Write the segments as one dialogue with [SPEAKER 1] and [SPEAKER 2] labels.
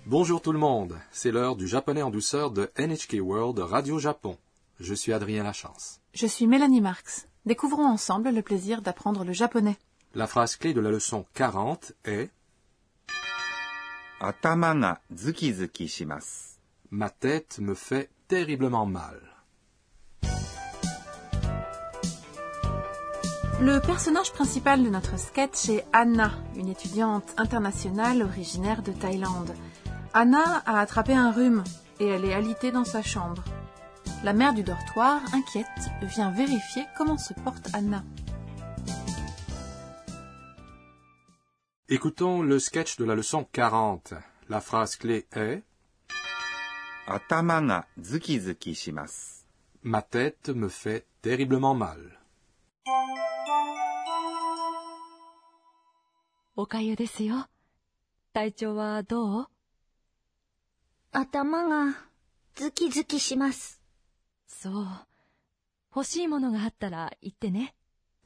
[SPEAKER 1] Bonjour tout le monde, c'est l'heure du japonais en douceur de NHK World Radio Japon. Je suis Adrien Lachance.
[SPEAKER 2] Je suis Mélanie Marx. Découvrons ensemble le plaisir d'apprendre le japonais.
[SPEAKER 1] La phrase clé de la leçon 40 est «
[SPEAKER 3] Atama ga zuki-zuki shimasu ».
[SPEAKER 1] Ma tête me fait terriblement mal.
[SPEAKER 2] Le personnage principal de notre sketch est Anna, une étudiante internationale originaire de Thaïlande. Anna a attrapé un rhume et elle est alitée dans sa chambre. La mère du dortoir, inquiète, vient vérifier comment se porte Anna.
[SPEAKER 1] Écoutons le sketch de la leçon 40. La phrase clé est
[SPEAKER 3] « Atama ga zuki-zuki shimasu ».
[SPEAKER 1] Ma tête me fait terriblement mal.
[SPEAKER 4] おかゆですよ。体調はどう？
[SPEAKER 5] 頭がズキズキします。
[SPEAKER 4] そう。欲しいものがあったら言ってね。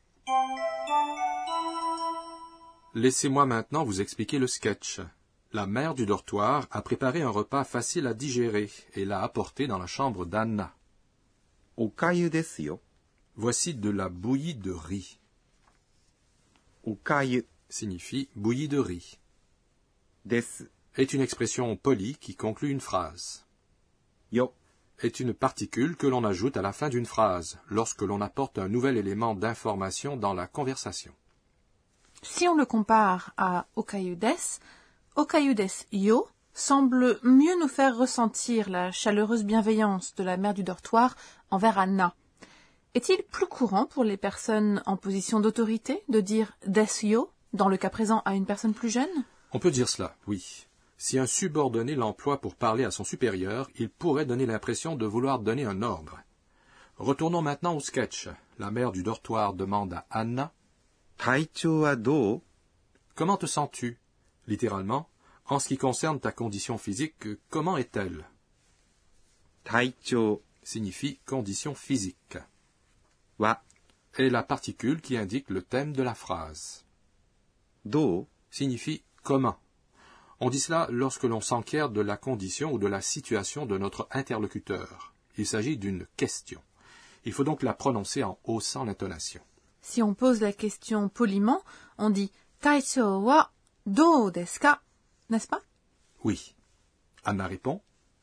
[SPEAKER 1] Laissez-moi maintenant vous expliquer le sketch. La mère du dortoir a préparé un repas facile à digérer et l'a apporté dans la chambre d'Anna.
[SPEAKER 3] おかゆですよ。
[SPEAKER 1] Voici de la bouillie de riz.
[SPEAKER 3] おかゆ
[SPEAKER 1] Signifie bouillie de riz.
[SPEAKER 3] です
[SPEAKER 1] Est une expression polie qui conclut une phrase.
[SPEAKER 3] よ
[SPEAKER 1] Est une particule que l'on ajoute à la fin d'une phrase lorsque l'on apporte un nouvel élément d'information dans la conversation.
[SPEAKER 2] Si on le compare à okayu des yo semble mieux nous faire ressentir la chaleureuse bienveillance de la mère du dortoir envers Anna. Est-il plus courant pour les personnes en position d'autorité de dire des yo dans le cas présent à une personne plus jeune?
[SPEAKER 1] On peut dire cela, oui. Si un subordonné l'emploie pour parler à son supérieur, il pourrait donner l'impression de vouloir donner un ordre. Retournons maintenant au sketch. La mère du dortoir demande à Anna
[SPEAKER 3] «体調はどう？
[SPEAKER 1] « Comment te sens-tu » Littéralement, en ce qui concerne ta condition physique, comment est-elle »
[SPEAKER 3] 体調
[SPEAKER 1] signifie condition physique.
[SPEAKER 3] は
[SPEAKER 1] Est la particule qui indique le thème de la phrase.
[SPEAKER 3] どう？
[SPEAKER 1] Signifie comment. On dit cela lorsque l'on s'enquiert de la condition ou de la situation de notre interlocuteur. Il s'agit d'une question. Il faut donc la prononcer en haussant l'intonation.
[SPEAKER 2] Si on pose la question poliment, on dit « Taichou wa dou desu ka ?» N'est-ce pas?
[SPEAKER 1] Oui. Anna répond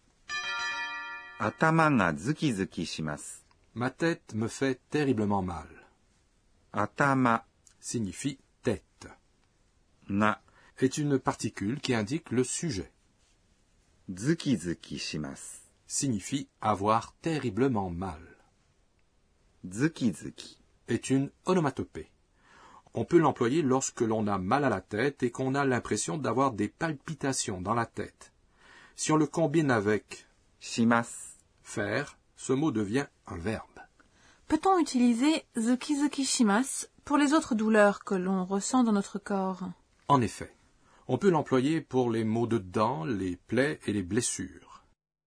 [SPEAKER 3] 頭がズキズキします。
[SPEAKER 1] Ma tête me fait terriblement mal.
[SPEAKER 3] 頭
[SPEAKER 1] Signifie tête.
[SPEAKER 3] が
[SPEAKER 1] Est une particule qui indique le sujet.
[SPEAKER 3] ズキズキします。
[SPEAKER 1] Signifie avoir terriblement mal.
[SPEAKER 3] ズキズキ
[SPEAKER 1] Est une onomatopée. On peut l'employer lorsque l'on a mal à la tête et qu'on a l'impression d'avoir des palpitations dans la tête. Si on le combine avec
[SPEAKER 3] します。
[SPEAKER 1] faire, ce mot devient un verbe.
[SPEAKER 2] Peut-on utiliser zuki-zuki shimasu pour les autres douleurs que l'on ressent dans notre corps?
[SPEAKER 1] En effet, on peut l'employer pour les maux de dents, les plaies et les blessures.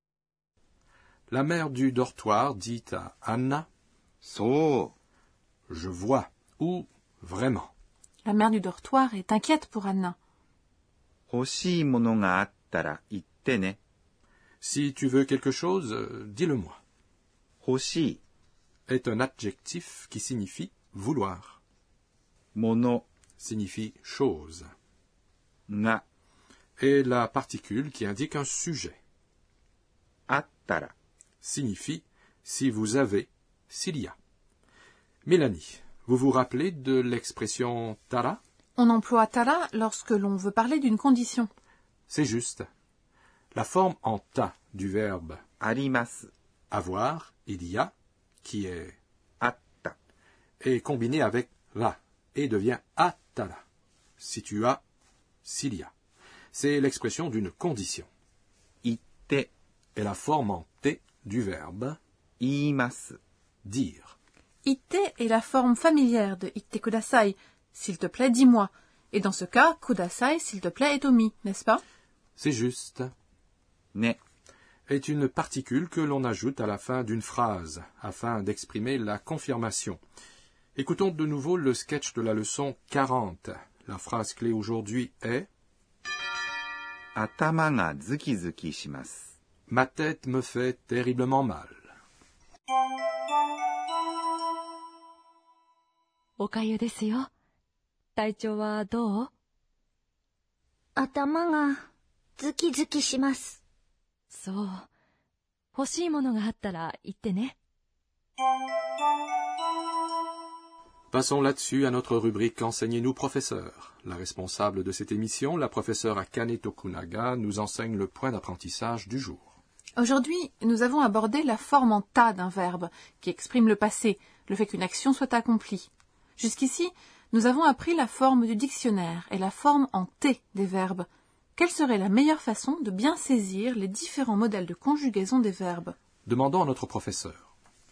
[SPEAKER 1] La mère du dortoir dit à Anna
[SPEAKER 3] そう。
[SPEAKER 1] « Je vois » ou « vraiment ».
[SPEAKER 2] La mère du dortoir est inquiète pour Anna.
[SPEAKER 3] 欲しいものがあったら言ってね。
[SPEAKER 1] Si tu veux quelque chose, dis-le-moi.
[SPEAKER 3] 欲しい
[SPEAKER 1] Est un adjectif qui signifie vouloir.
[SPEAKER 3] もの
[SPEAKER 1] Signifie chose.
[SPEAKER 3] が
[SPEAKER 1] Est la particule qui indique un sujet.
[SPEAKER 3] あったら
[SPEAKER 1] Signifie si vous avez, s'il y a. Mélanie, vous vous rappelez de l'expression tara?
[SPEAKER 2] On emploie tara lorsque l'on veut parler d'une condition.
[SPEAKER 1] C'est juste. La forme en ta du verbe
[SPEAKER 3] あります。
[SPEAKER 1] avoir, il y a, qui est
[SPEAKER 3] あった。
[SPEAKER 1] est combinée avec la et devient atara. Si tu as, s'il y a. C'est l'expression d'une condition.
[SPEAKER 3] 言って
[SPEAKER 1] Et la forme en t du verbe
[SPEAKER 3] 言います。
[SPEAKER 1] dire.
[SPEAKER 2] Itte est la forme familière de itte kudasai, s'il te plaît, dis-moi. Et dans ce cas, kudasai, s'il te plaît, est omis, n'est-ce pas?
[SPEAKER 1] C'est juste.
[SPEAKER 3] ね。
[SPEAKER 1] Est une particule que l'on ajoute à la fin d'une phrase, afin d'exprimer la confirmation. Écoutons de nouveau le sketch de la leçon 40. La phrase clé aujourd'hui est
[SPEAKER 3] 頭がズキズキします。
[SPEAKER 1] Ma tête me fait terriblement mal.
[SPEAKER 4] おかゆですよ。体調はどう？
[SPEAKER 5] 頭がズキズキします。
[SPEAKER 4] そう。欲しいものがあったら言ってね。
[SPEAKER 1] Passons là-dessus à notre rubrique Enseignez-nous, professeur. La responsable de cette émission, la professeure Akane Tokunaga, nous enseigne le point d'apprentissage du jour.
[SPEAKER 2] Aujourd'hui, nous avons abordé la forme en ta d'un verbe, qui exprime le passé, le fait qu'une action soit accomplie. Jusqu'ici, nous avons appris la forme du dictionnaire et la forme en t des verbes. Quelle serait la meilleure façon de bien saisir les différents modèles de conjugaison des verbes?
[SPEAKER 1] Demandons à notre professeur.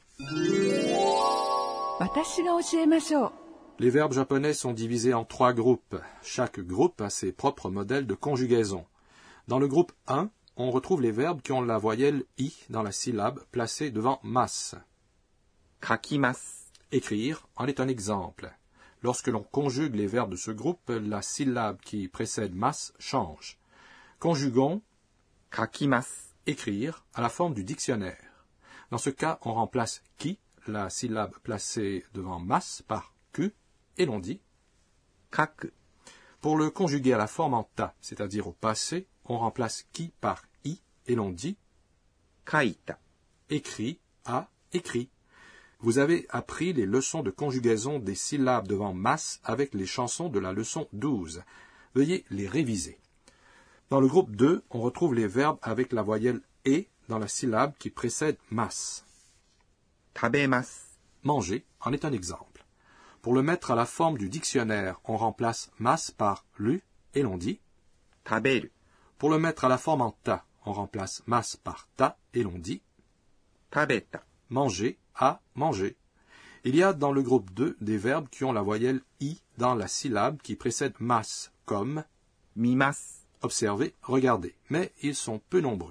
[SPEAKER 1] Les verbes japonais sont divisés en 3 groupes. Chaque groupe a ses propres modèles de conjugaison. Dans le groupe 1, on retrouve les verbes qui ont la voyelle i dans la syllabe placée devant mas.
[SPEAKER 3] 書きます。
[SPEAKER 1] Écrire en est un exemple. Lorsque l'on conjugue les verbes de ce groupe, la syllabe qui précède mas change. Conjuguons
[SPEAKER 3] 書きます。
[SPEAKER 1] écrire à la forme du dictionnaire. Dans ce cas, on remplace ki, la syllabe placée devant mas, par ku, et l'on dit
[SPEAKER 3] 書く。
[SPEAKER 1] Pour le conjuguer à la forme en ta, c'est-à-dire au passé, on remplace ki par i, et l'on dit
[SPEAKER 3] 書いた。
[SPEAKER 1] écrit à écrit. Vous avez appris les leçons de conjugaison des syllabes devant mas avec les chansons de la leçon 12. Veuillez les réviser. Dans le groupe 2, on retrouve les verbes avec la voyelle e dans la syllabe qui précède mas.
[SPEAKER 3] 食べます。
[SPEAKER 1] Manger en est un exemple. Pour le mettre à la forme du dictionnaire, on remplace mas par lu et l'on dit
[SPEAKER 3] 食べる。
[SPEAKER 1] Pour le mettre à la forme en ta, on remplace mas par ta et l'on dit
[SPEAKER 3] 食べた。
[SPEAKER 1] manger à manger. Il y a dans le groupe 2 des verbes qui ont la voyelle i dans la syllabe qui précède mas, comme
[SPEAKER 3] 見ます。
[SPEAKER 1] observer, regarder, mais ils sont peu nombreux.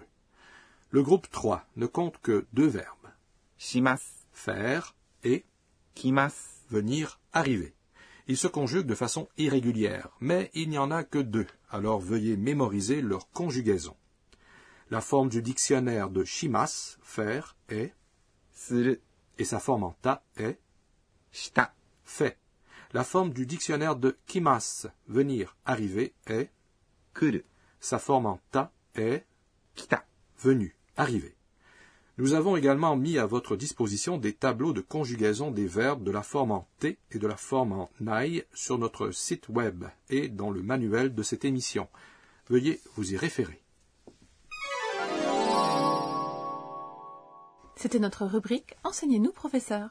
[SPEAKER 1] Le groupe 3 ne compte que 2 verbes,
[SPEAKER 3] します。
[SPEAKER 1] faire et
[SPEAKER 3] 来ます。
[SPEAKER 1] venir, arriver. Ils se conjuguent de façon irrégulière, mais il n'y en a que 2, alors veuillez mémoriser leur conjugaison. La forme du dictionnaire de shimas, faire, est,
[SPEAKER 3] する。
[SPEAKER 1] et sa forme en ta est,
[SPEAKER 3] した。
[SPEAKER 1] fait. La forme du dictionnaire de kimas, venir, arriver, est,
[SPEAKER 3] 来る。
[SPEAKER 1] sa forme en ta est,
[SPEAKER 3] 来た。
[SPEAKER 1] venu, arriver. Nous avons également mis à votre disposition des tableaux de conjugaison des verbes de la forme en t et de la forme en nai sur notre site web et dans le manuel de cette émission. Veuillez vous y référer.
[SPEAKER 2] C'était notre rubrique Enseignez-nous, professeur.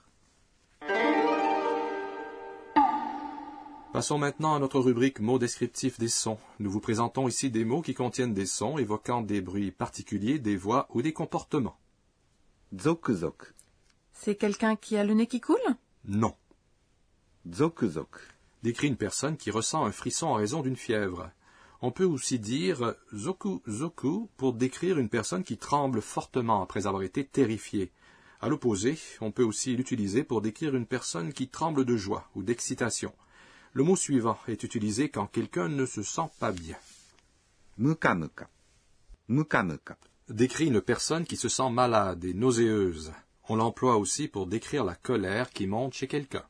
[SPEAKER 1] Passons maintenant à notre rubrique mots descriptifs des sons. Nous vous présentons ici des mots qui contiennent des sons évoquant des bruits particuliers, des voix ou des comportements.
[SPEAKER 3] ゾクゾク。
[SPEAKER 2] C'est quelqu'un qui a le nez qui coule?
[SPEAKER 1] Non.
[SPEAKER 3] ゾクゾク。
[SPEAKER 1] Décrit une personne qui ressent un frisson en raison d'une fièvre. On peut aussi dire zoku zoku pour décrire une personne qui tremble fortement après avoir été terrifiée. À l'opposé, on peut aussi l'utiliser pour décrire une personne qui tremble de joie ou d'excitation. Le mot suivant est utilisé quand quelqu'un ne se sent pas bien.
[SPEAKER 3] ムカムカ。ムカムカ。
[SPEAKER 1] Décrit une personne qui se sent malade et nauséeuse. On l'emploie aussi pour décrire la colère qui monte chez quelqu'un.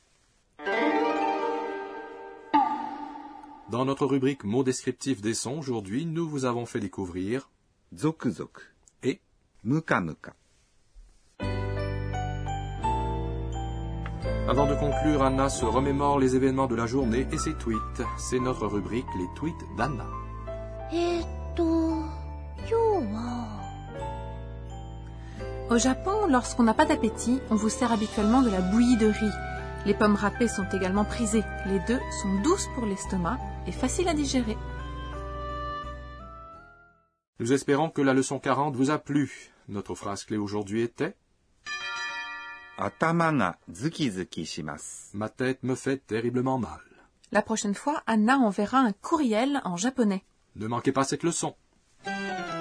[SPEAKER 1] Dans notre rubrique mots descriptifs des sons, aujourd'hui, nous vous avons fait découvrir
[SPEAKER 3] ゾクゾク。
[SPEAKER 1] et
[SPEAKER 3] ムカムカ。
[SPEAKER 1] Avant de conclure, Anna se remémore les événements de la journée et ses tweets. C'est notre rubrique les tweets d'Anna.
[SPEAKER 5] 今日は
[SPEAKER 2] Au Japon, lorsqu'on n'a pas d'appétit, on vous sert habituellement de la bouillie de riz. Les pommes râpées sont également prisées. Les deux sont douces pour l'estomac et faciles à digérer.
[SPEAKER 1] Nous espérons que la leçon 40 vous a plu. Notre phrase clé aujourd'hui était
[SPEAKER 3] 頭がズキズキします。
[SPEAKER 1] Ma tête me fait terriblement mal.
[SPEAKER 2] La prochaine fois, Anna enverra un courriel en japonais.
[SPEAKER 1] Ne manquez pas cette leçon.